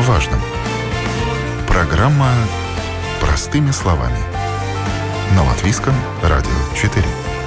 важном. Программа «Простыми словами» на Латвийском радио 4.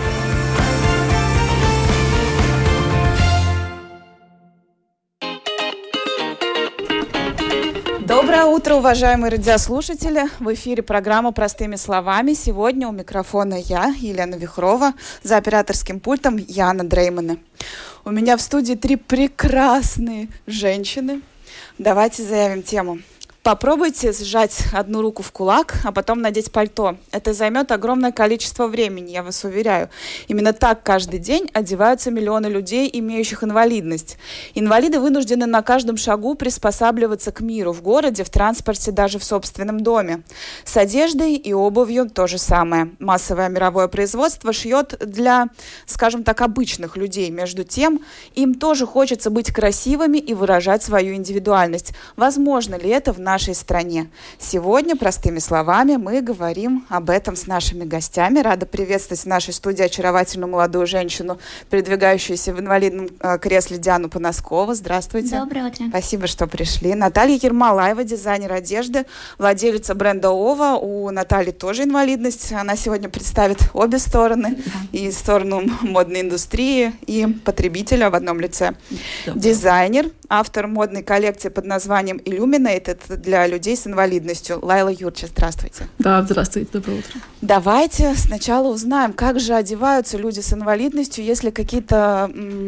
Доброе утро, уважаемые радиослушатели! В эфире программа «Простыми словами». Сегодня у микрофона я, Елена Вихрова, за операторским пультом Яна Дреймана. У меня в студии 3 прекрасные женщины. Давайте заявим тему. Попробуйте сжать одну руку в кулак, а потом надеть пальто. Это займет огромное количество времени, я вас уверяю. Именно так каждый день одеваются миллионы людей, имеющих инвалидность. Инвалиды вынуждены на каждом шагу приспосабливаться к миру в городе, в транспорте, даже в собственном доме. С одеждой и обувью то же самое. Массовое мировое производство шьет для, скажем так, обычных людей. Между тем, им тоже хочется быть красивыми и выражать свою индивидуальность. Возможно ли это в нашей стране? Сегодня, простыми словами, мы говорим об этом с нашими гостями. Рада приветствовать в нашей студии очаровательную молодую женщину, передвигающуюся в инвалидном кресле, Диану Панаскову. Здравствуйте. Доброе утро. Спасибо, что пришли. Наталья Ермолаева, дизайнер одежды, владелица бренда ОВА. У Натальи тоже инвалидность. Она сегодня представит обе стороны. И сторону модной индустрии, и потребителя в одном лице. Дизайнер, автор модной коллекции под названием Illuminated для людей с инвалидностью. Лайла Юрча, здравствуйте. Да, здравствуйте, доброе утро. Давайте сначала узнаем, как же одеваются люди с инвалидностью, если какие-то...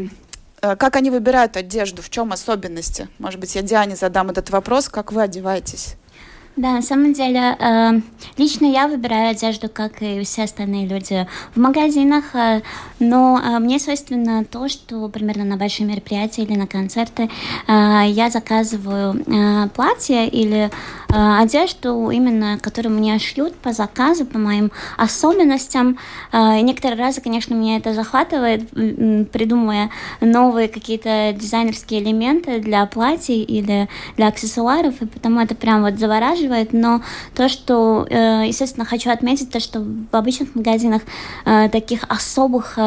Как они выбирают одежду, в чем особенности? Может быть, я Диане задам этот вопрос, как вы одеваетесь? Да, на самом деле, лично я выбираю одежду, как и все остальные люди в магазинах, но мне свойственно то, что примерно на большие мероприятия или на концерты я заказываю платье или одежду, именно которую мне шьют по заказу, по моим особенностям. И некоторые разы, конечно, меня это захватывает, придумывая новые какие-то дизайнерские элементы для платьев или для аксессуаров, и потому это прям вот завораживает. Но то, что, естественно, хочу отметить, то, что в обычных магазинах таких особых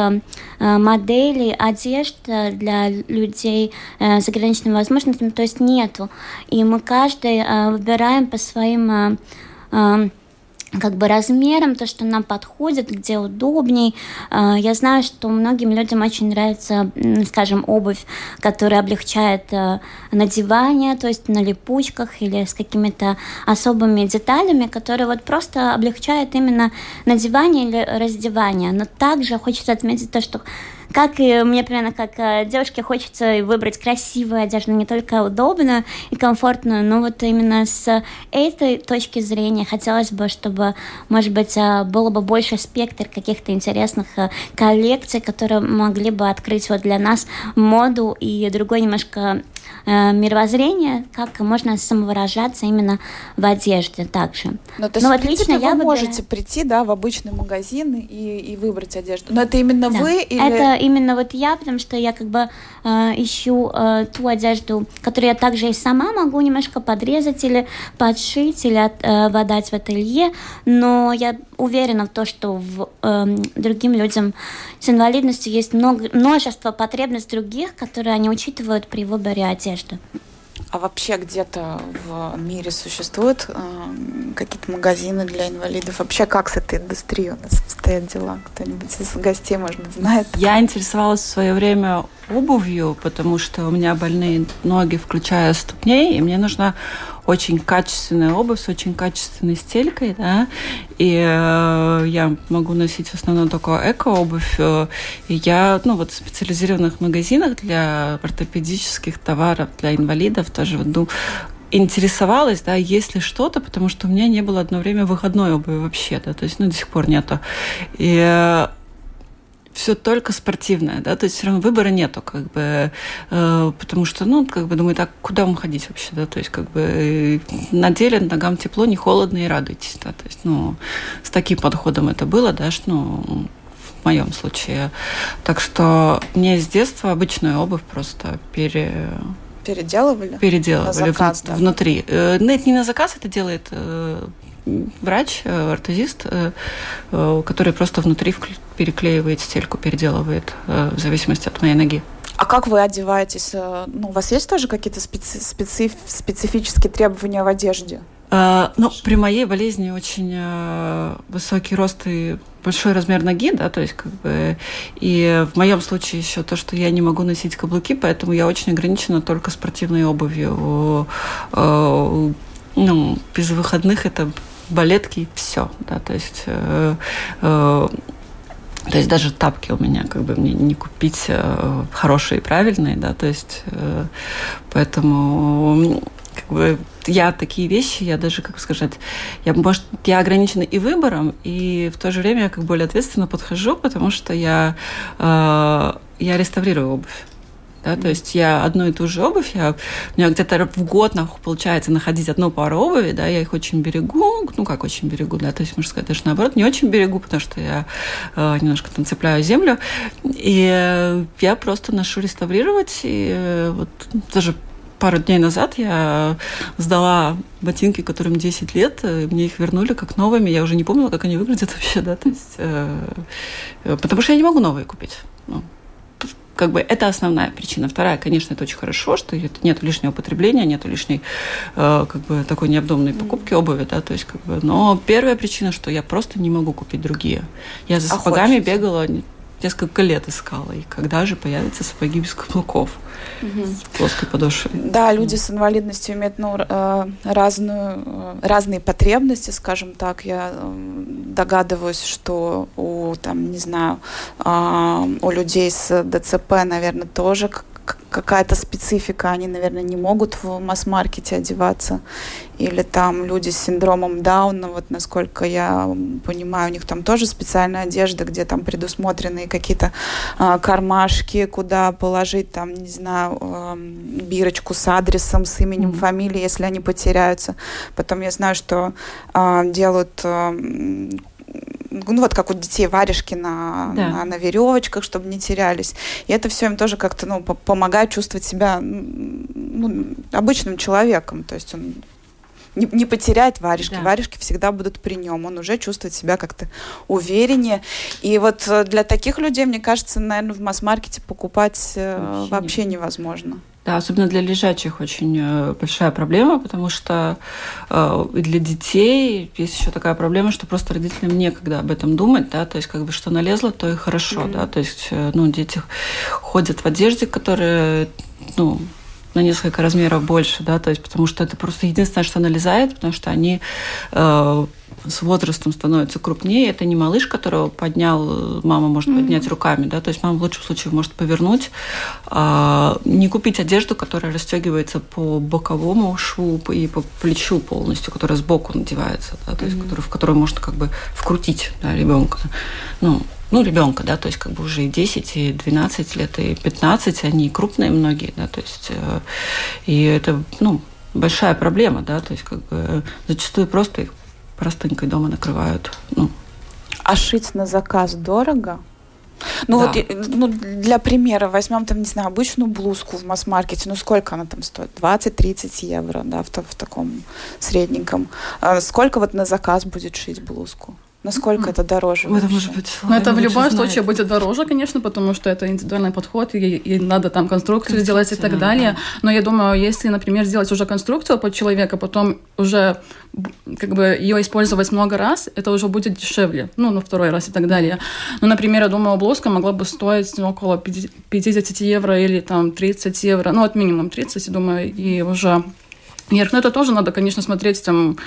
моделей одежды для людей с ограниченными возможностями, то есть нету. И мы каждый выбираем по своим размером, то, что нам подходит, где удобней. Я знаю, что многим людям очень нравится, скажем, обувь, которая облегчает надевание, то есть на липучках или с какими-то особыми деталями, которые вот просто облегчают именно надевание или раздевание. Но также хочется отметить то, что как и мне, примерно как девушке, хочется выбрать красивую одежду, не только удобную и комфортную, но вот именно с этой точки зрения хотелось бы, чтобы, может быть, было бы больше спектр каких-то интересных коллекций, которые могли бы открыть вот для нас моду и другой немножко мировоззрение, как можно самовыражаться именно в одежде также. Но в принципе, вы можете прийти, да, в обычный магазин и выбрать одежду. Но это именно вы? Или... Это именно вот я, потому что я ищу ту одежду, которую я также и сама могу немножко подрезать или подшить, или отдать в ателье, но я уверена в том, что другим людям с инвалидностью есть множество потребностей других, которые они учитывают при выборе одежды. А вообще где-то в мире существуют какие-то магазины для инвалидов? Вообще как с этой индустрией у нас стоят дела? Кто-нибудь из гостей, может быть, знает? Я интересовалась в свое время обувью, потому что у меня больные ноги, включая ступней, и мне нужна очень качественная обувь с очень качественной стелькой, да, и я могу носить в основном только эко-обувь, и я, в специализированных магазинах для ортопедических товаров для инвалидов тоже интересовалась, да, есть ли что-то, потому что у меня не было одно время выходной обуви вообще, да, то есть, до сих пор нету. И все только спортивное, да, то есть все равно выбора нету, потому что, думаю, так, куда вам ходить вообще, да, то есть, надели, ногам тепло, не холодно и радуйтесь, да, то есть, с таким подходом это было, да, в моем случае. Так что мне с детства обычную обувь просто Переделывали? Переделывали на заказ, внутри. Нет, не на заказ, это делает врач, ортезист, который просто внутри переклеивает стельку, переделывает в зависимости от моей ноги. А как вы одеваетесь? У вас есть тоже какие-то специфические требования в одежде? При моей болезни очень высокий рост и большой размер ноги, да, то есть и в моем случае еще то, что я не могу носить каблуки, поэтому я очень ограничена только спортивной обувью. Без выходных это балетки и все, да, то есть даже тапки у меня мне не купить хорошие и правильные, да, то есть поэтому я такие вещи, я даже, я ограничена и выбором, и в то же время я более ответственно подхожу, потому что я реставрирую обувь. Да, то есть я одну и ту же обувь, у меня где-то в год получается находить одну пару обуви, да, я их очень берегу, очень берегу, да, то есть, можно сказать, даже наоборот, не очень берегу, потому что я немножко цепляю землю, и я просто ношу реставрировать, и даже пару дней назад я сдала ботинки, которым 10 лет, и мне их вернули как новыми, я уже не помнила, как они выглядят вообще, да, то есть, потому что я не могу новые купить, это основная причина. Вторая, конечно, это очень хорошо, что нет лишнего потребления, нет лишней такой необдуманной покупки обуви, да, то есть но первая причина, что я просто не могу купить другие. Я за сапогами бегала, несколько лет искала, и когда же появятся сапоги без каблуков с плоской подошвой. Да, люди с инвалидностью имеют разные потребности, скажем так. Я догадываюсь, что у людей с ДЦП, наверное, тоже какая-то специфика. Они, наверное, не могут в масс-маркете одеваться. Или там люди с синдромом Дауна, насколько я понимаю, у них там тоже специальная одежда, где там предусмотрены какие-то кармашки, куда положить там, не знаю, бирочку с адресом, с именем, фамилией, если они потеряются. Потом я знаю, что делают... как у детей варежки на веревочках, чтобы не терялись. И это все им тоже как-то помогает чувствовать себя обычным человеком. То есть он не потеряет варежки. Да. Варежки всегда будут при нем. Он уже чувствует себя как-то увереннее. И для таких людей, мне кажется, наверное, в масс-маркете покупать вообще невозможно. Да, особенно для лежачих очень большая проблема, потому что и для детей есть еще такая проблема, что просто родителям некогда об этом думать, да, то есть что налезло, то и хорошо, да, то есть дети ходят в одежде, которая, на несколько размеров больше, да, то есть потому что это просто единственное, что налезает, потому что они с возрастом становятся крупнее. Это не малыш, которого мама может поднять руками, да, то есть мама в лучшем случае может повернуть, не купить одежду, которая расстегивается по боковому шву и по плечу полностью, которая сбоку надевается, да, то есть в которую можно вкрутить, да, ребенка. Ребенка, да, то есть уже и 10, и 12 лет, и 15, они крупные многие, да, то есть и это, большая проблема, да, то есть зачастую просто их простынькой дома накрывают. А шить на заказ дорого? Да. Для примера, возьмем там, не знаю, обычную блузку в масс-маркете, сколько она там стоит? 20-30 евро, да, в таком средненьком. Сколько на заказ будет шить блузку? Насколько это дороже? Это может быть. Это в любом случае будет дороже, конечно, потому что это индивидуальный подход, и надо там конструкцию сделать и так далее. Да. Но я думаю, если, например, сделать уже конструкцию под человека, потом уже ее использовать много раз, это уже будет дешевле, на второй раз и так далее. Например, я думаю, блузка могла бы стоить около 50 евро или там 30 евро, от минимум 30, я думаю, и уже... Вверх. Но это тоже надо, конечно, смотреть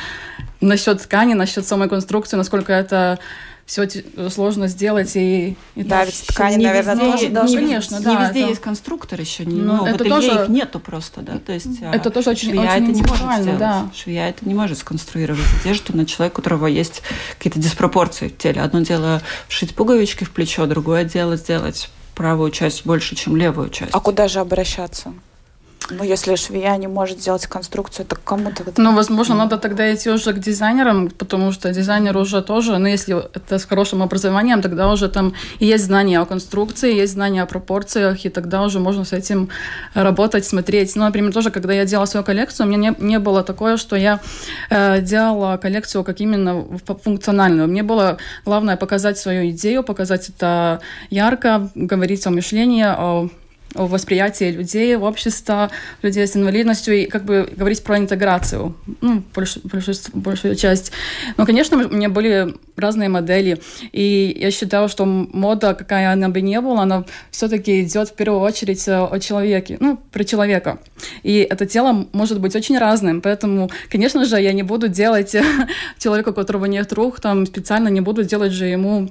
насчет ткани, насчет самой конструкции, насколько это все сложно сделать. Да, ведь ткани, наверное, тоже должны... Конечно, не везде есть конструктор еще, в ателье их нету просто, да, то есть это тоже очень швея это не может сделать. Да. Швея это не может сконструировать одежду на человека, у которого есть какие-то диспропорции в теле. Одно дело вшить пуговички в плечо, другое дело сделать правую часть больше, чем левую часть. А куда же обращаться? Если швея не может сделать конструкцию, то кому тогда? Возможно, надо тогда идти уже к дизайнерам, потому что дизайнер уже тоже, если это с хорошим образованием, тогда уже там и есть знания о конструкции, есть знания о пропорциях, и тогда уже можно с этим работать, смотреть. Например, тоже, когда я делала свою коллекцию, у меня не было такое, что я делала коллекцию как именно функциональную. Мне было главное показать свою идею, показать это ярко, говорить о мышлении, о восприятии людей, общества, людей с инвалидностью, и как бы говорить про интеграцию, большую часть. Но, конечно, у меня были разные модели, и я считаю, что мода, какая она бы ни была, она все-таки идет в первую очередь о человеке, про человека. И это тело может быть очень разным, поэтому, конечно же, я не буду делать человека, у которого нет рук, там специально не буду делать же ему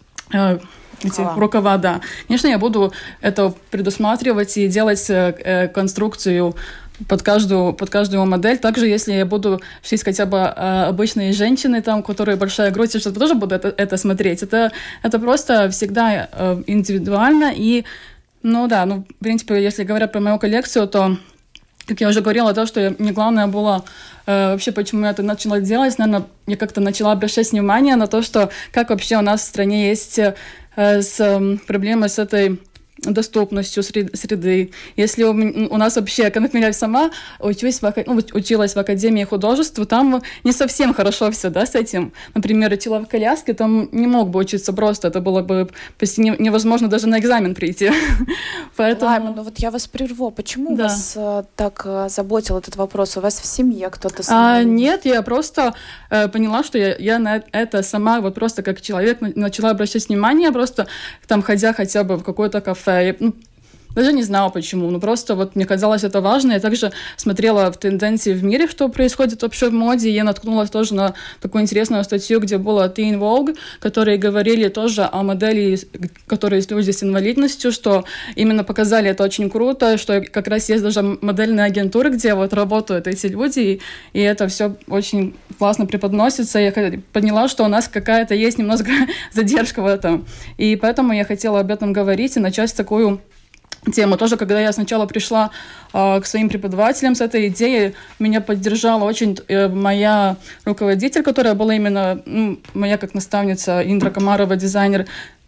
эти рукава, да. Конечно, я буду это предусматривать и делать конструкцию под каждую модель. Также, если я буду шить хотя бы обычные женщины, там, у которых большая грудь, я тоже буду это смотреть. Это просто всегда индивидуально. И, в принципе, если говоря про мою коллекцию, то, как я уже говорила, то, что мне главное было вообще, почему я это начала делать, наверное, я как-то начала обращать внимание на то, что как вообще у нас в стране есть проблемы с этой доступностью среды. Если у нас вообще, например, сама училась в Академии художеств, там не совсем хорошо все, да, с этим. Например, человек в коляске там не мог бы учиться просто, это было бы почти невозможно даже на экзамен прийти. Поэтому... Лайма, я вас прерву. Почему вас так заботил этот вопрос? У вас в семье кто-то Нет, я просто поняла, что я на это сама просто как человек начала обращать внимание, просто там ходя хотя бы в какое-то кафе. Я даже не знала почему, просто мне казалось это важно. Я также смотрела в тенденции в мире, что происходит вообще в моде, и я наткнулась тоже на такую интересную статью, где было Teen Vogue, которые говорили тоже о модели, которые есть люди с инвалидностью, что именно показали это очень круто, что как раз есть даже модельные агентуры, где работают эти люди, и это все очень классно преподносится. Я поняла, что у нас какая-то есть немножко задержка в этом, и поэтому я хотела об этом говорить и начать такую тему. Тоже, когда я сначала пришла к своим преподавателям с этой идеей, меня поддержала очень моя руководитель, которая была именно моя как наставница, Индра Комарова, дизайнер.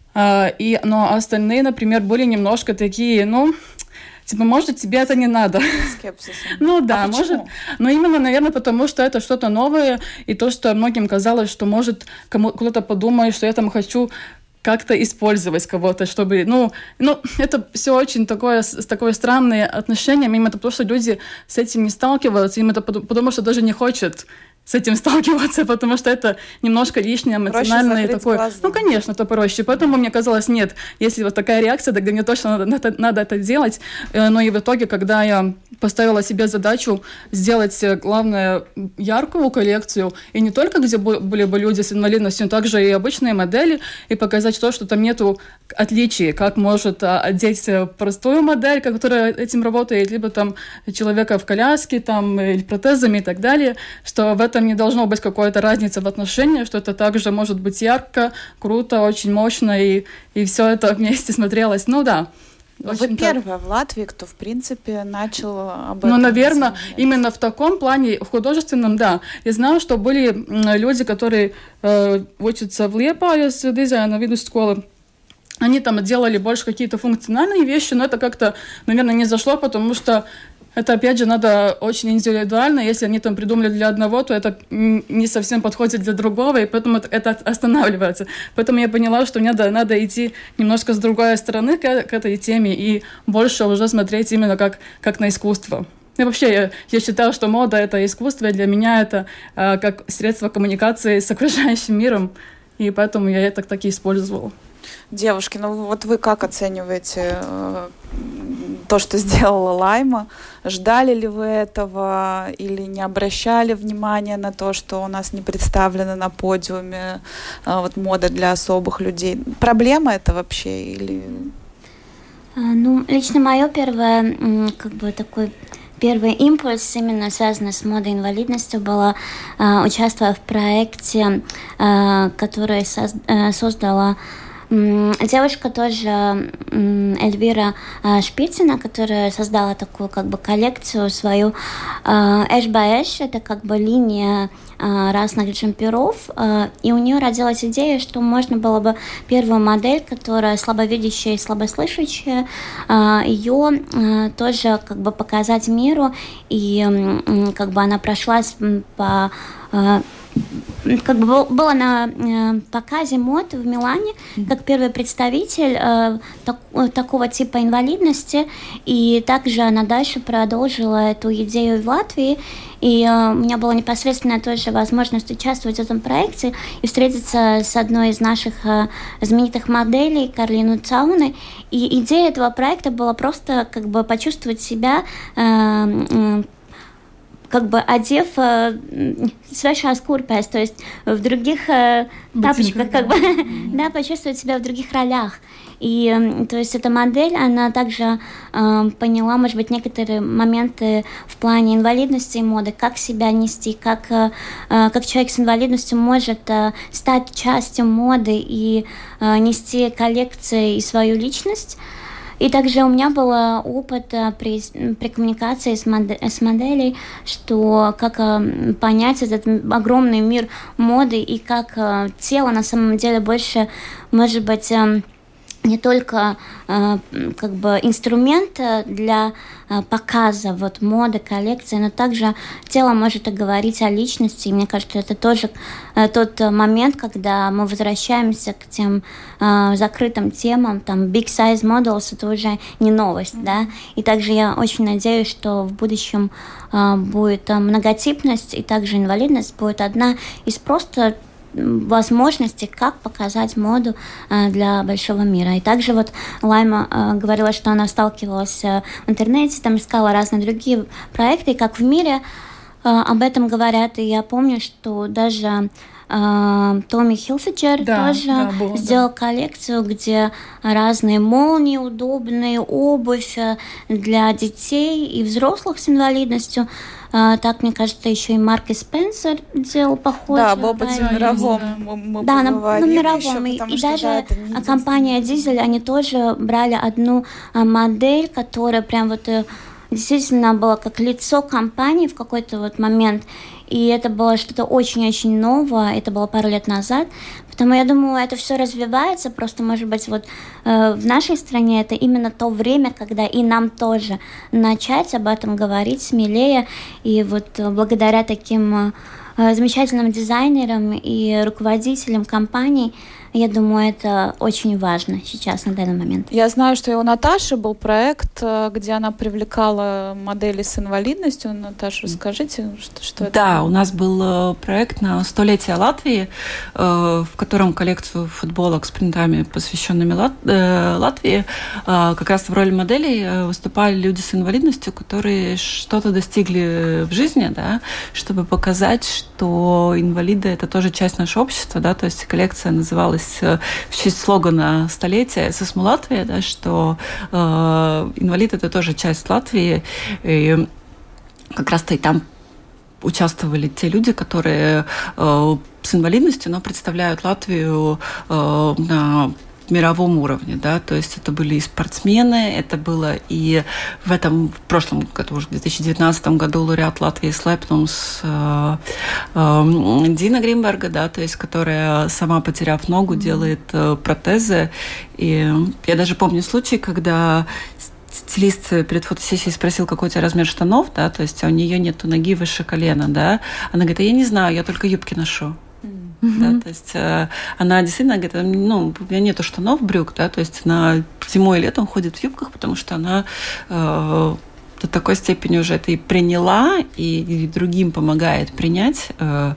Но остальные, например, были немножко такие, может, тебе это не надо. Скепсис. Может. Но именно, наверное, потому что это что-то новое, и то, что многим казалось, что, может, кто-то подумает, что я там хочу как-то использовать кого-то, чтобы... это все очень такое странное отношение, именно потому что люди с этим не сталкиваются, именно потому что даже не хотят с этим сталкиваться, потому что это немножко лишнее, эмоциональное такое. Глаза. Конечно, это проще. Поэтому мне казалось, нет, если такая реакция, тогда мне точно надо это делать. Но и в итоге, когда я поставила себе задачу сделать, главное, яркую коллекцию, и не только где были бы люди с инвалидностью, но также и обычные модели, и показать то, что там нету отличий, как может одеть простую модель, которая этим работает, либо там человека в коляске, или протезами и так далее, что в этом не должно быть какой-то разницы в отношениях, что это также может быть ярко, круто, очень мощно, и все это вместе смотрелось. Вы первая в Латвии, кто, в принципе, начал об этом. Наверное, именно в таком плане, в художественном, да. Я знаю, что были люди, которые учатся в Liepājas с дизайна видушколы. Они там делали больше какие-то функциональные вещи, но это как-то, наверное, не зашло, потому что это, опять же, надо очень индивидуально. Если они там придумали для одного, то это не совсем подходит для другого, и поэтому это останавливается. Поэтому я поняла, что мне надо идти немножко с другой стороны к этой теме и больше уже смотреть именно как на искусство. И вообще, я считаю, что мода — это искусство, и для меня это как средство коммуникации с окружающим миром, и поэтому я это так и использовала. Девушки, вы как оцениваете то, что сделала Лайма? Ждали ли вы этого или не обращали внимания на то, что у нас не представлено на подиуме мода для особых людей? Проблема это вообще или... Лично мое первый импульс, именно связанный с модой инвалидностью, было участвовать в проекте, который создала девушка тоже, Эльвира Шпицина, которая создала такую коллекцию свою. Эш by Эш, это линия разных джемперов, и у нее родилась идея, что можно было бы первую модель, которая слабовидящая и слабослышащая, ее тоже показать миру, и она прошлась по как бы была на показе мод в Милане как первый представитель такого типа инвалидности, и также она дальше продолжила эту идею в Латвии, и у меня была непосредственная тоже возможность участвовать в этом проекте и встретиться с одной из наших знаменитых моделей, Карлину Цауны, и идея этого проекта была просто как бы почувствовать себя как бы одев свежās kurpēs, то есть в других тапочках, как бы, да, почувствовать себя в других ролях. И, то есть, эта модель, она также поняла, может быть, некоторые моменты в плане инвалидности и моды, как себя нести, как человек с инвалидностью может стать частью моды и нести коллекции и свою личность. И также у меня был опыт при коммуникации с моделей, что как понять этот огромный мир моды и как тело на самом деле больше, может быть, не только как бы инструмент для показа вот моды, коллекции, но также тело может говорить о личности. И мне кажется, это тоже тот момент, когда мы возвращаемся к тем закрытым темам, там big size models, это уже не новость, да. И также я очень надеюсь, что в будущем будет многотипность и также инвалидность будет одна из просто возможности, как показать моду для большого мира. И также вот Лайма говорила, что она сталкивалась в интернете, там искала разные другие проекты, и как в мире об этом говорят. И я помню, что даже Томми Хилфиджер тоже сделал коллекцию, где разные молнии удобные, обувь для детей и взрослых с инвалидностью. Так, мне кажется, еще и Марк Спенсер делал похоже. Да, об опыте мировом мы на мировом. И даже компания Дизель, они тоже брали одну модель, которая прям вот действительно была как лицо компании в какой-то вот момент. И это было что-то очень-очень новое, это было пару лет назад. Поэтому я думаю, это все развивается, просто, может быть, вот в нашей стране это именно то время, когда и нам тоже начать об этом говорить смелее. И вот благодаря таким замечательным дизайнерам и руководителям компаний, я думаю, это очень важно сейчас, на данный момент. Я знаю, что и у Наташи был проект, где она привлекала моделей с инвалидностью. Наташа, расскажите, что это? Да, у нас был проект на 100-летие Латвии, в котором коллекцию футболок с принтами, посвященными Латвии, как раз в роли моделей выступали люди с инвалидностью, которые что-то достигли в жизни, да, чтобы показать, что инвалиды – это тоже часть нашего общества, да, то есть коллекция называлась в честь слогана столетия ССМ Латвия, да, что инвалид – это тоже часть Латвии, и как раз-то и там участвовали те люди, которые с инвалидностью, но представляют Латвию на мировом уровне, да, то есть это были и спортсмены, это было и в прошлом году, уже в 2019 году лауреат Латвии Слепнums Дина Гринберга, да, то есть которая сама, потеряв ногу, делает протезы. И я даже помню случай, когда стилист перед фотосессией спросил, какой у тебя размер штанов, да, то есть у нее нету ноги выше колена, да, она говорит, я не знаю, я только юбки ношу. Да, то есть она действительно говорит, у меня нету штанов, брюк, да, то есть она зимой и летом ходит в юбках, потому что она до такой степени уже это и приняла, и другим помогает принять,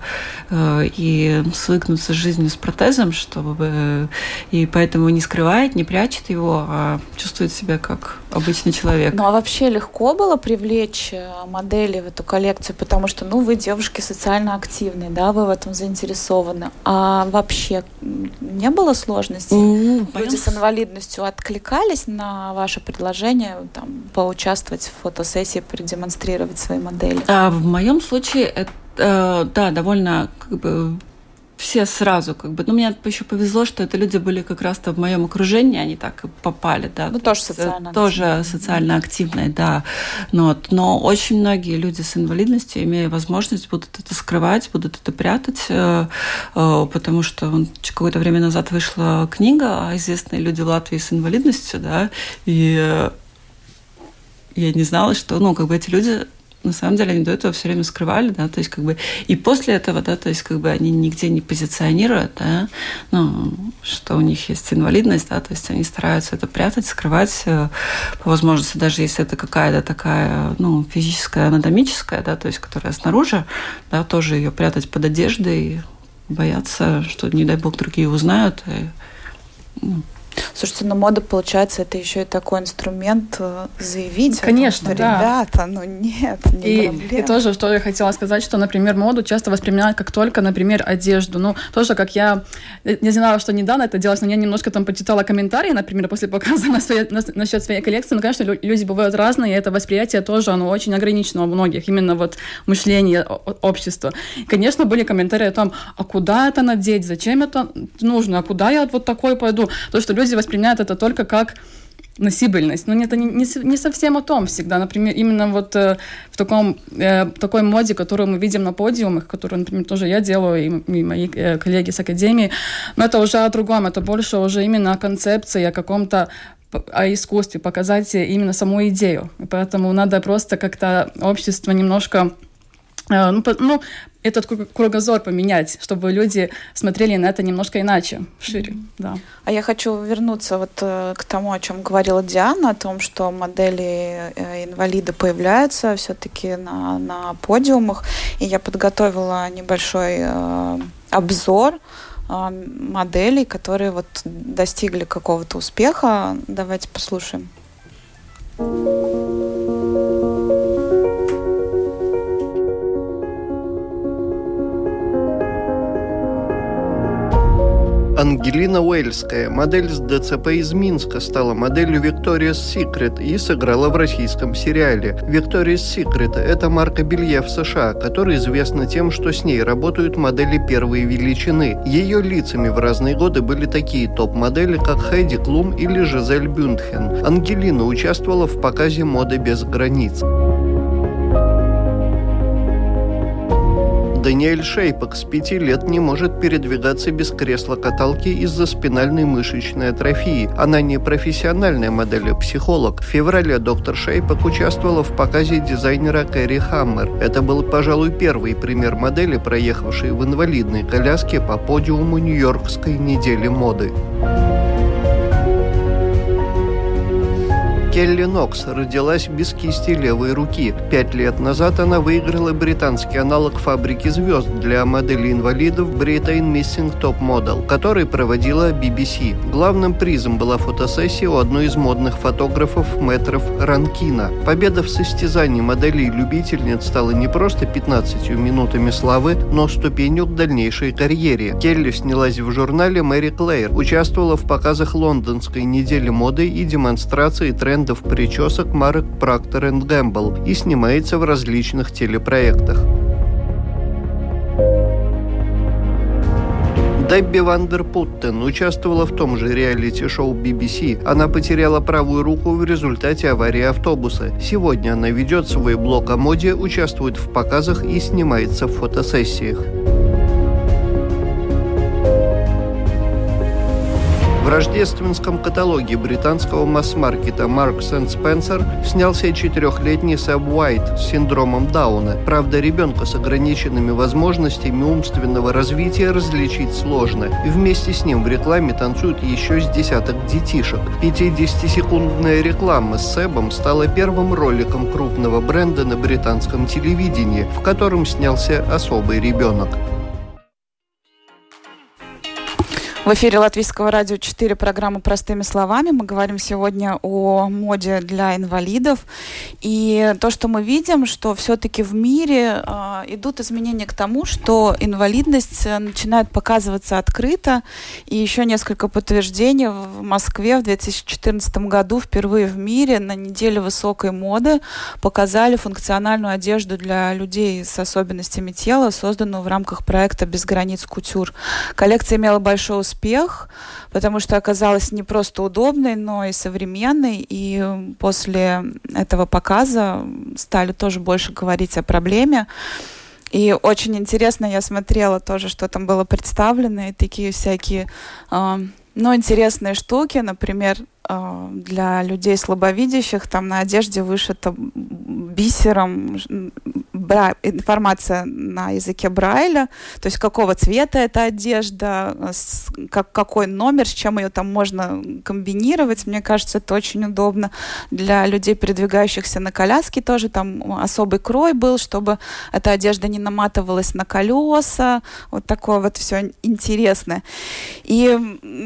и свыкнуться с жизнью с протезом, чтобы и поэтому не скрывает, не прячет его, а чувствует себя как обычный человек. Ну а вообще легко было привлечь модели в эту коллекцию, потому что, вы девушки социально активные, да, вы в этом заинтересованы. А вообще не было сложностей? Люди с инвалидностью откликались на ваше предложение там, поучаствовать в фотосессии, продемонстрировать свои модели? В моем случае это, да, довольно все сразу мне еще повезло, что это люди были как раз-то в моем окружении, они так и попали, да. Тоже социально активные. Тоже социально активные, да. Но очень многие люди с инвалидностью, имея возможность, будут это скрывать, будут это прятать, потому что какое-то время назад вышла книга «Известные люди в Латвии с инвалидностью», да, и я не знала, что, эти люди на самом деле они до этого все время скрывали, да, то есть как бы и после этого, да, то есть как бы они нигде не позиционируют, да, ну, что у них есть инвалидность, да, то есть они стараются это прятать, скрывать, по возможности, даже если это какая-то такая, ну, физическая, анатомическая, да, то есть которая снаружи, да, тоже ее прятать под одеждой, бояться, что, не дай бог, другие узнают. Слушайте, ну мода, получается, это еще и такой инструмент заявить. Конечно, что, ребята, ну нет, не проблема. И тоже, что я хотела сказать, что, например, моду часто воспринимают как только, например, одежду. Ну, тоже, как я не знала, что недавно это делалось, но я немножко там почитала комментарии, например, после показа насчет своей коллекции. Ну, конечно, люди бывают разные, и это восприятие тоже, оно очень ограничено у многих, именно вот мышление общества. И, конечно, были комментарии о том, а куда это надеть, зачем это нужно, а куда я вот такой пойду. То, что люди воспринимают это только как носибельность. Но это не совсем о том всегда. Например, именно вот в такой моде, которую мы видим на подиумах, которую, например, тоже я делаю, и мои коллеги с академии, но это уже о другом. Это больше уже именно о концепции, о каком-то о искусстве, показать именно саму идею. И поэтому надо просто как-то общество немножко этот кругозор поменять, чтобы люди смотрели на это немножко иначе, шире. Да. А я хочу вернуться вот к тому, о чем говорила Диана, о том, что модели инвалида появляются все-таки на подиумах. И я подготовила небольшой обзор моделей, которые вот достигли какого-то успеха. Давайте послушаем. Ангелина Уэльская, модель с ДЦП из Минска, стала моделью Victoria's Secret и сыграла в российском сериале. Victoria's Secret – это марка белья в США, которая известна тем, что с ней работают модели первой величины. Ее лицами в разные годы были такие топ-модели, как Хайди Клум или Жизель Бюндхен. Ангелина участвовала в показе «Моды без границ». Даниэль Шейпок с 5 лет не может передвигаться без кресла-каталки из-за спинальной мышечной атрофии. Она не профессиональная модель, а психолог. В феврале доктор Шейпок участвовала в показе дизайнера Кэрри Хаммер. Это был, пожалуй, первый пример модели, проехавшей в инвалидной коляске по подиуму Нью-Йоркской недели моды. Келли Нокс родилась без кисти левой руки. 5 лет назад она выиграла британский аналог «Фабрики звезд» для моделей-инвалидов Britain Missing Top Model, который проводила BBC. Главным призом была фотосессия у одной из модных фотографов Мэтров Ранкина. Победа в состязании моделей-любительниц стала не просто 15 минутами славы, но ступенью к дальнейшей карьере. Келли снялась в журнале Мэри Клэйр, участвовала в показах лондонской недели моды и демонстрации трендов причесок марок Procter & Gamble и снимается в различных телепроектах. Дебби Вандерпуттен участвовала в том же реалити-шоу BBC. Она потеряла правую руку в результате аварии автобуса. Сегодня она ведет свой блог о моде, участвует в показах и снимается в фотосессиях. В рождественском каталоге британского масс-маркета Marks & Spencer снялся 4-летний Сэб Уайт с синдромом Дауна. Правда, ребенка с ограниченными возможностями умственного развития различить сложно. И вместе с ним в рекламе танцуют еще с десяток детишек. 50-секундная реклама с Сэбом стала первым роликом крупного бренда на британском телевидении, в котором снялся особый ребенок. В эфире Латвийского радио 4 программа «Простыми словами». Мы говорим сегодня о моде для инвалидов. И то, что мы видим, что все-таки в мире идут изменения к тому, что инвалидность начинает показываться открыто. И еще несколько подтверждений. В Москве в 2014 году впервые в мире на неделе высокой моды показали функциональную одежду для людей с особенностями тела, созданную в рамках проекта «Без границ кутюр». Коллекция имела большой успех, потому что оказалась не просто удобной, но и современной. И после этого показа стали тоже больше говорить о проблеме. И очень интересно, я смотрела тоже, что там было представлено, и такие всякие, интересные штуки, например, для людей слабовидящих, там на одежде вышито бисером информация на языке Брайля, то есть какого цвета эта одежда, какой номер, с чем ее там можно комбинировать. Мне кажется, это очень удобно для людей, передвигающихся на коляске. Тоже там особый крой был, чтобы эта одежда не наматывалась на колеса. Вот такое вот все интересное. И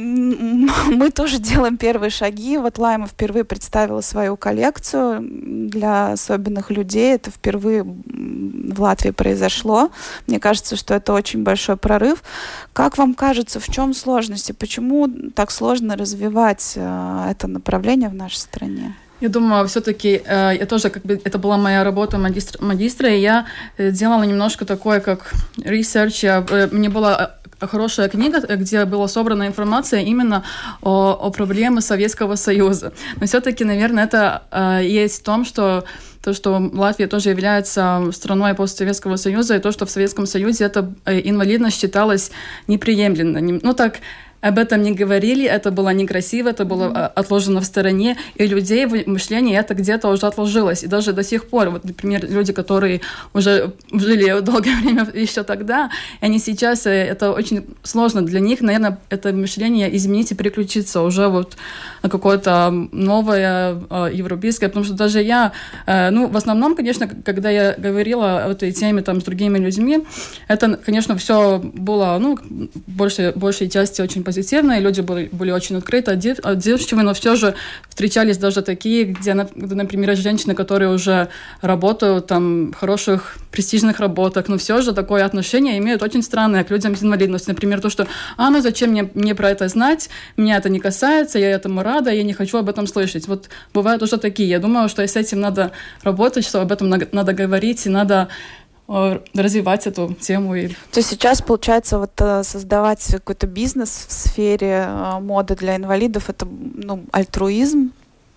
мы тоже делаем первые шаги. Вот Лайма впервые представила свою коллекцию для особенных людей. Это впервые в Латвии произошло. Мне кажется, что это очень большой прорыв. Как вам кажется, в чем сложности? Почему так сложно развивать это направление в нашей стране? Я думаю, все-таки я тоже, это была моя работа магистра, и я делала немножко такое, как research. Мне была хорошая книга, где была собрана информация именно о проблемах Советского Союза. Но все-таки, наверное, это есть в том, что Латвия тоже является страной постсоветского союза, и то, что в Советском Союзе эта инвалидность считалась неприемлемой. Об этом не говорили, это было некрасиво, это было отложено в стороне, и людей в мышлении это где-то уже отложилось. И даже до сих пор, вот, например, люди, которые уже жили долгое время еще тогда, они сейчас, это очень сложно для них, наверное, это мышление изменить и переключиться уже вот на какое-то новое европейское, потому что даже я, в основном, конечно, когда я говорила о этой теме там с другими людьми, это, конечно, все было, большей части очень позитивно, и люди были очень открыты, отзывчивы, но все же встречались даже такие, где, например, женщины, которые уже работают там, в хороших, престижных работах, но все же такое отношение имеют очень странное к людям с инвалидностью. Например, то, что зачем мне про это знать, меня это не касается, я этому рада, я не хочу об этом слышать. Вот бывают уже такие. Я думаю, что с этим надо работать, что об этом надо говорить, и надо развивать эту тему. То есть сейчас, получается, вот создавать какой-то бизнес в сфере моды для инвалидов, это альтруизм?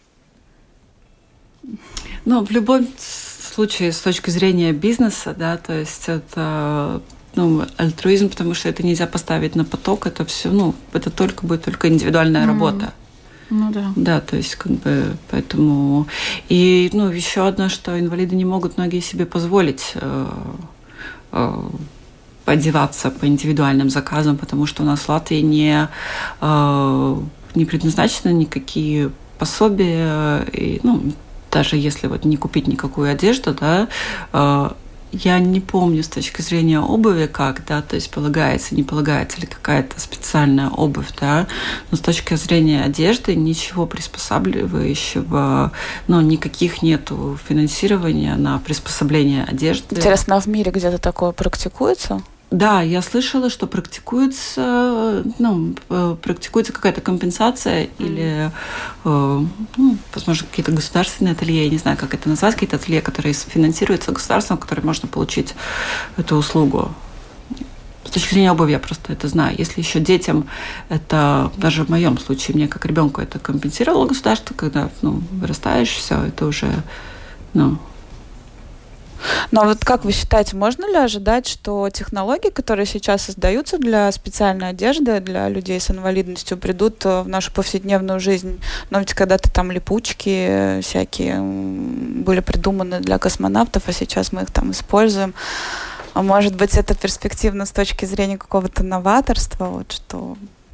В любом случае, с точки зрения бизнеса, да, то есть это альтруизм, потому что это нельзя поставить на поток, это все, это будет только индивидуальная работа. Да. Да, то есть поэтому... И еще одно, что инвалиды не могут многие себе позволить одеваться по индивидуальным заказам, потому что у нас в Латвии не предназначены никакие пособия, и, даже если не купить никакую одежду, да, я не помню с точки зрения обуви, как, да, то есть полагается, не полагается ли какая-то специальная обувь, да, но с точки зрения одежды ничего приспосабливающего, никаких нету финансирования на приспособление одежды. Интересно, а в мире где-то такое практикуется? Да, я слышала, что практикуется какая-то компенсация или, возможно, какие-то государственные ателье, я не знаю, как это назвать, какие-то ателье, которые финансируются государством, в которые можно получить эту услугу. С точки зрения обуви я просто это знаю. Если еще детям, это даже в моем случае, мне как ребенку это компенсировало государство, когда вырастаешь, все, это уже, Но вот как вы считаете, можно ли ожидать, что технологии, которые сейчас создаются для специальной одежды, для людей с инвалидностью, придут в нашу повседневную жизнь? Но ведь когда-то там липучки всякие были придуманы для космонавтов, а сейчас мы их там используем. А может быть, это перспективно с точки зрения какого-то новаторства? Вот что...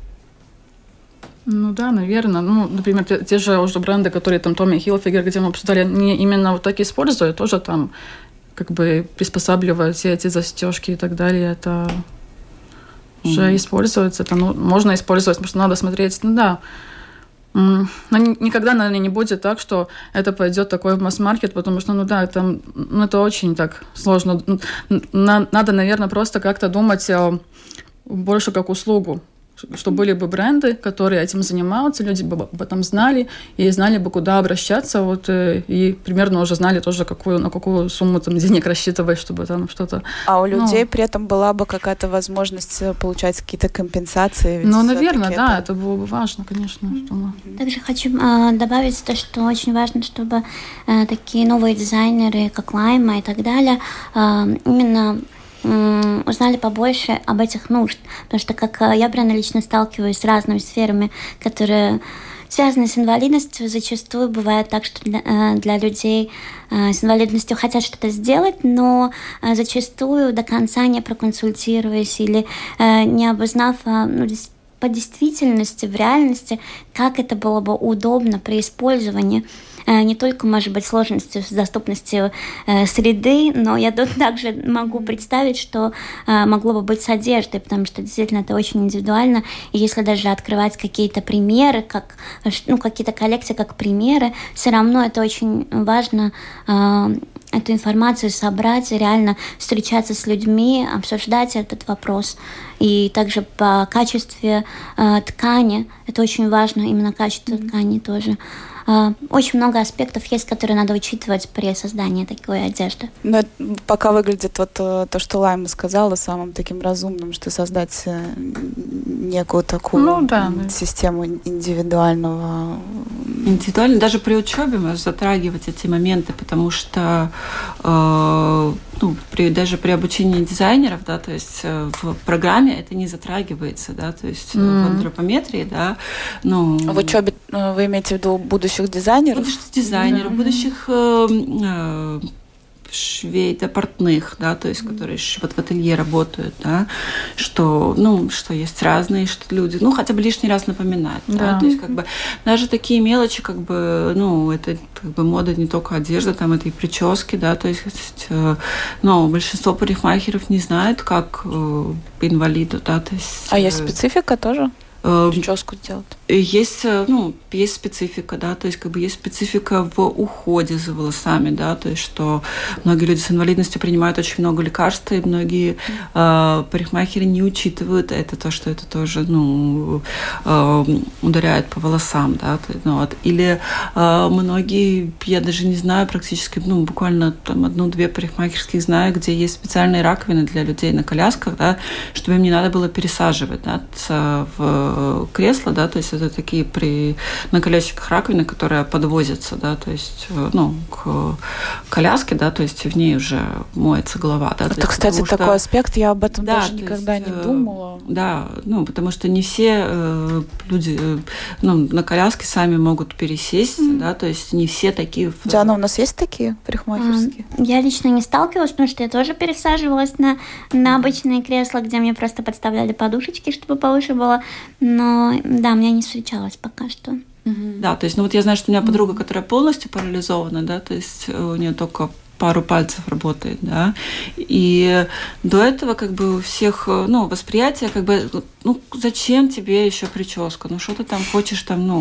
Да, наверное. Например, те же уже бренды, которые там Tommy Hilfiger, где мы обсуждали, не именно вот так используют, тоже там приспосабливают все эти застежки и так далее. Это уже используется. Это можно использовать, потому что надо смотреть. Но никогда, наверное, не будет так, что это пойдет такой в масс-маркет, потому что, это очень так сложно. Надо, наверное, просто как-то думать больше как услугу. Что были бы бренды, которые этим занимаются, люди бы об этом знали и знали бы, куда обращаться, и примерно уже знали тоже, на какую сумму там денег рассчитывать, чтобы там что-то... А у людей при этом была бы какая-то возможность получать какие-то компенсации? Наверное, да, это было бы важно, конечно. Также хочу добавить то, что очень важно, чтобы такие новые дизайнеры, как Лайма и так далее, именно узнали побольше об этих нужд. Потому что, как я прямо лично сталкиваюсь с разными сферами, которые связанные с инвалидностью, зачастую бывает так, что для людей с инвалидностью хотят что-то сделать, но зачастую до конца не проконсультируясь или не обузнав по действительности, в реальности, как это было бы удобно при использовании. Не только, может быть, сложностью с доступностью среды, но я тут также могу представить, что могло бы быть с одеждой, потому что действительно это очень индивидуально. И если даже открывать какие-то примеры, какие-то коллекции как примеры, все равно это очень важно эту информацию собрать, реально встречаться с людьми, обсуждать этот вопрос. И также по качеству ткани, это очень важно, именно качество ткани тоже. Очень много аспектов есть, которые надо учитывать при создании такой одежды. Но пока выглядит вот то, что Лайма сказала, самым таким разумным, что создать некую такую систему индивидуального. Индивидуально, даже при учебе можно затрагивать эти моменты, потому что даже при обучении дизайнеров, да, то есть в программе это не затрагивается, да, то есть в антропометрии, да, В учебе вы имеете в виду будущих дизайнеров? Будущих дизайнеров, будущих швей, да, портных, да, то есть, которые вот в ателье работают, да, что есть разные что люди, хотя бы лишний раз напоминать, да, то есть, даже такие мелочи, это мода не только одежда, там, это и прически, да, то есть, большинство парикмахеров не знают, как инвалиду, да, то есть... А есть специфика тоже? Прическу делать? Есть специфика, да, то есть есть специфика в уходе за волосами, да, то есть что многие люди с инвалидностью принимают очень много лекарств, и многие парикмахеры не учитывают то, что это тоже, ударяет по волосам, да, или многие, я даже не знаю, практически, буквально там 1-2 парикмахерских знаю, где есть специальные раковины для людей на колясках, да, чтобы им не надо было пересаживать, да, в кресло, да, то есть это такие на колесиках раковины, которые подвозятся, да, то есть, к коляске, да, то есть в ней уже моется голова, да. Это, кстати, такой аспект, я об этом даже никогда не думала. Да, потому что не все люди, на коляске сами могут пересесть, да, то есть не все такие. Диана, у нас есть такие парикмахерские? Я лично не сталкивалась, потому что я тоже пересаживалась на обычные кресла, где мне просто подставляли подушечки, чтобы повыше было. Но, да, у меня не встречалось пока что. Да, то есть, я знаю, что у меня подруга, которая полностью парализована, да, то есть у нее только пару пальцев работает, да, и до этого у всех, восприятие, зачем тебе еще прическа, что ты там хочешь там,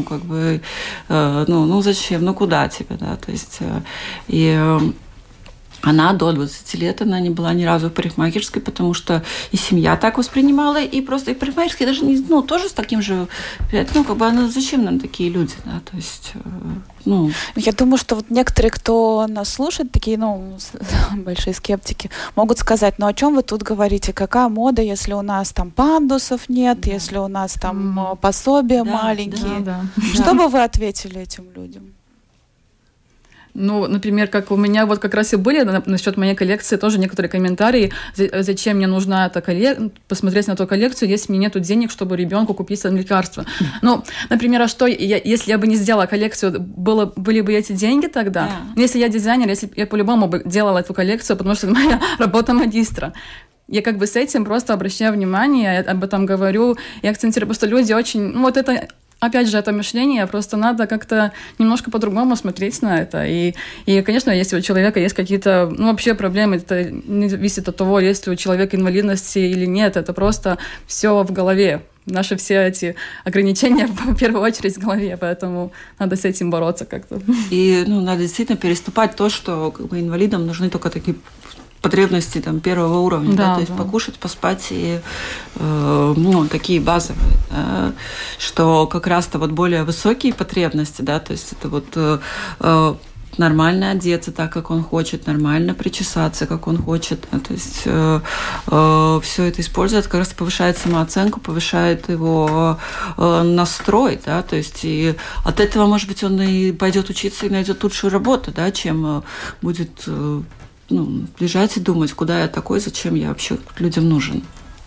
зачем, куда тебе, да, то есть, и она до 20 лет, она не была ни разу в парикмахерской, потому что и семья так воспринимала, и просто и парикмахерские даже не, тоже с таким же, зачем нам такие люди, да, то есть, Я думаю, что вот некоторые, кто нас слушает, такие, большие скептики, могут сказать, о чем вы тут говорите, какая мода, если у нас там пандусов нет, если у нас там пособия маленькие. Да. Что бы вы ответили этим людям? Например, как у меня вот как раз и были насчет моей коллекции тоже некоторые комментарии, зачем мне нужна эта коллекция, посмотреть на эту коллекцию, если мне нету денег, чтобы ребенку купить там лекарства. Например, если я бы не сделала коллекцию, были бы эти деньги тогда? Если я дизайнер, если я по-любому бы делала эту коллекцию, потому что это моя работа магистра. Я с этим просто обращаю внимание, я об этом говорю, и акцентирую, просто люди очень... это... Опять же, это мышление, просто надо как-то немножко по-другому смотреть на это. И, конечно, если у человека есть какие-то, вообще проблемы, это не зависит от того, есть ли у человека инвалидности или нет, это просто все в голове. Наши все эти ограничения в первую очередь в голове, поэтому надо с этим бороться как-то. И надо действительно переступать то, что инвалидам нужны только такие потребности первого уровня, да, то есть покушать, поспать и такие базовые, да, что как раз-то более высокие потребности, да, то есть это нормально одеться так, как он хочет, нормально причесаться, как он хочет, да, то есть все это использует, как раз повышает самооценку, повышает его настрой, да, то есть и от этого, может быть, он и пойдет учиться и найдет лучшую работу, да, чем будет лежать и думать, куда я такой, зачем я вообще людям нужен.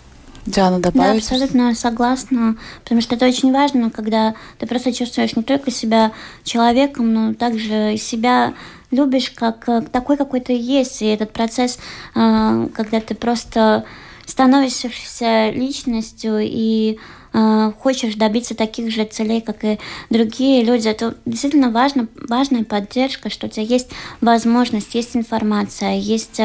Диана, добавить? Да, абсолютно согласна, потому что это очень важно, когда ты просто чувствуешь не только себя человеком, но также себя любишь как такой, какой ты есть. И этот процесс, когда ты просто становишься личностью и хочешь добиться таких же целей, как и другие люди, это действительно важная поддержка, что у тебя есть возможность, есть информация, есть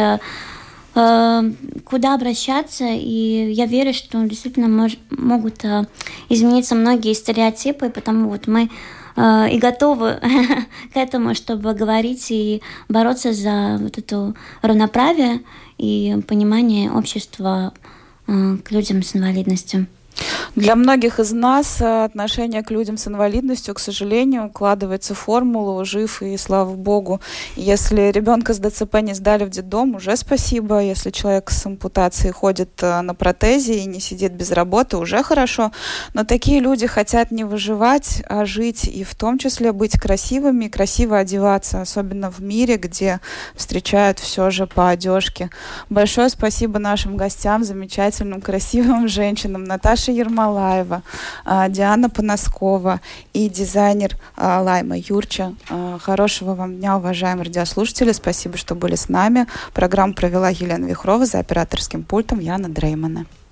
куда обращаться, и я верю, что действительно могут измениться многие стереотипы, потому вот мы и готовы к этому, чтобы говорить и бороться за вот это равноправие и понимание общества к людям с инвалидностью. Для многих из нас отношение к людям с инвалидностью, к сожалению, укладывается в формулу «жив и слава Богу». Если ребенка с ДЦП не сдали в детдом, уже спасибо. Если человек с ампутацией ходит на протезе и не сидит без работы, уже хорошо. Но такие люди хотят не выживать, а жить, и в том числе быть красивыми, красиво одеваться, особенно в мире, где встречают все же по одежке. Большое спасибо нашим гостям, замечательным, красивым женщинам. Наташа Ермолаева, Диана Поноскова и дизайнер Лайма Юрча. Хорошего вам дня, уважаемые радиослушатели. Спасибо, что были с нами. Программу провела Елена Вихрова, за операторским пультом Яна Дреймана.